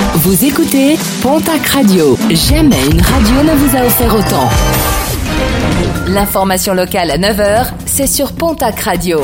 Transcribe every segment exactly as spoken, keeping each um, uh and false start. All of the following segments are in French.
Vous écoutez Pontac Radio. Jamais une radio ne vous a offert autant. L'information locale à neuf heures, c'est sur Pontac Radio.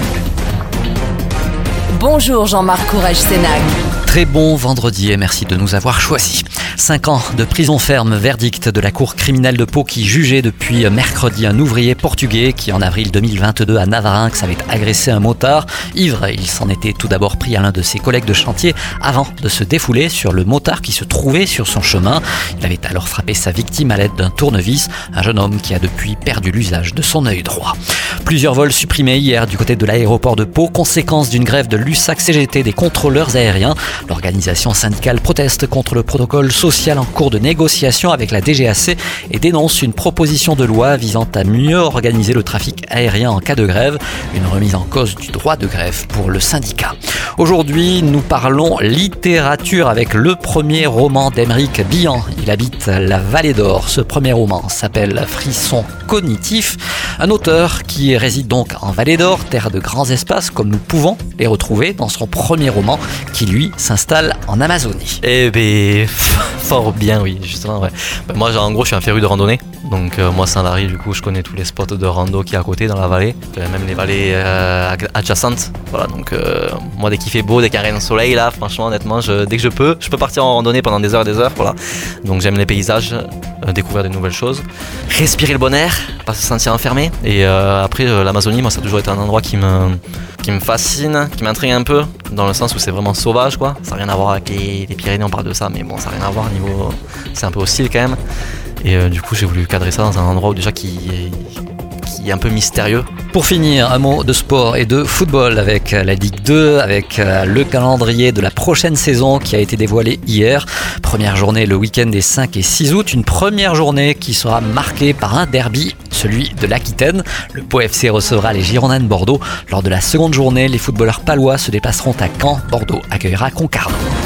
Bonjour Jean-Marc Courage-Sénac. Très bon vendredi et merci de nous avoir choisis. Cinq ans de prison ferme, verdict de la cour criminelle de Pau qui jugeait depuis mercredi un ouvrier portugais qui en avril deux mille vingt-deux à Navarinx avait agressé un motard. Ivre, il s'en était tout d'abord pris à l'un de ses collègues de chantier avant de se défouler sur le motard qui se trouvait sur son chemin. Il avait alors frappé sa victime à l'aide d'un tournevis, un jeune homme qui a depuis perdu l'usage de son œil droit. Plusieurs vols supprimés hier du côté de l'aéroport de Pau, conséquence d'une grève de l'U S A C C G T des contrôleurs aériens. L'organisation syndicale proteste contre le protocole social en cours de négociation avec la D G A C et dénonce une proposition de loi visant à mieux organiser le trafic aérien en cas de grève, une remise en cause du droit de grève pour le syndicat. Aujourd'hui, nous parlons littérature avec le premier roman d'Aymeric Billan. Il habite la Vallée d'Or. Ce premier roman s'appelle Frisson cognitif. Un auteur qui réside donc en Vallée d'Or, terre de grands espaces comme nous pouvons les retrouver dans son premier roman qui lui s'installe en Amazonie. Eh ben, fort bien, oui, justement, ouais. Ben, moi, en gros, je suis un féru de randonnée. Donc, euh, moi, Saint-Lary, du coup, je connais tous les spots de rando qui y a à côté dans la vallée, même les vallées euh, adjacentes. Voilà, donc, euh, moi, dès qu'il fait beau, dès qu'il y a un soleil, là, franchement, honnêtement, je, dès que je peux, je peux partir en randonnée pendant des heures et des heures. Voilà. Donc, j'aime les paysages, euh, découvrir de nouvelles choses, respirer le bon air, pas se sentir enfermé. Et euh, après, euh, l'Amazonie, moi, ça a toujours été un endroit qui me, qui me fascine, qui m'intrigue un peu, dans le sens où c'est vraiment sauvage, quoi. Ça n'a rien à voir avec les, les Pyrénées, on parle de ça, mais bon, ça n'a rien à voir niveau. C'est un peu hostile quand même. Et euh, du coup, j'ai voulu cadrer ça dans un endroit où déjà qui est, qui est un peu mystérieux. Pour finir, un mot de sport et de football avec la Ligue deux, avec le calendrier de la prochaine saison qui a été dévoilé hier. Première journée le week-end des cinq et six août, une première journée qui sera marquée par un derby, celui de l'Aquitaine. Le Pau F C recevra les Girondins de Bordeaux. Lors de la seconde journée, les footballeurs palois se déplaceront à Caen. Bordeaux accueillera Concarneau.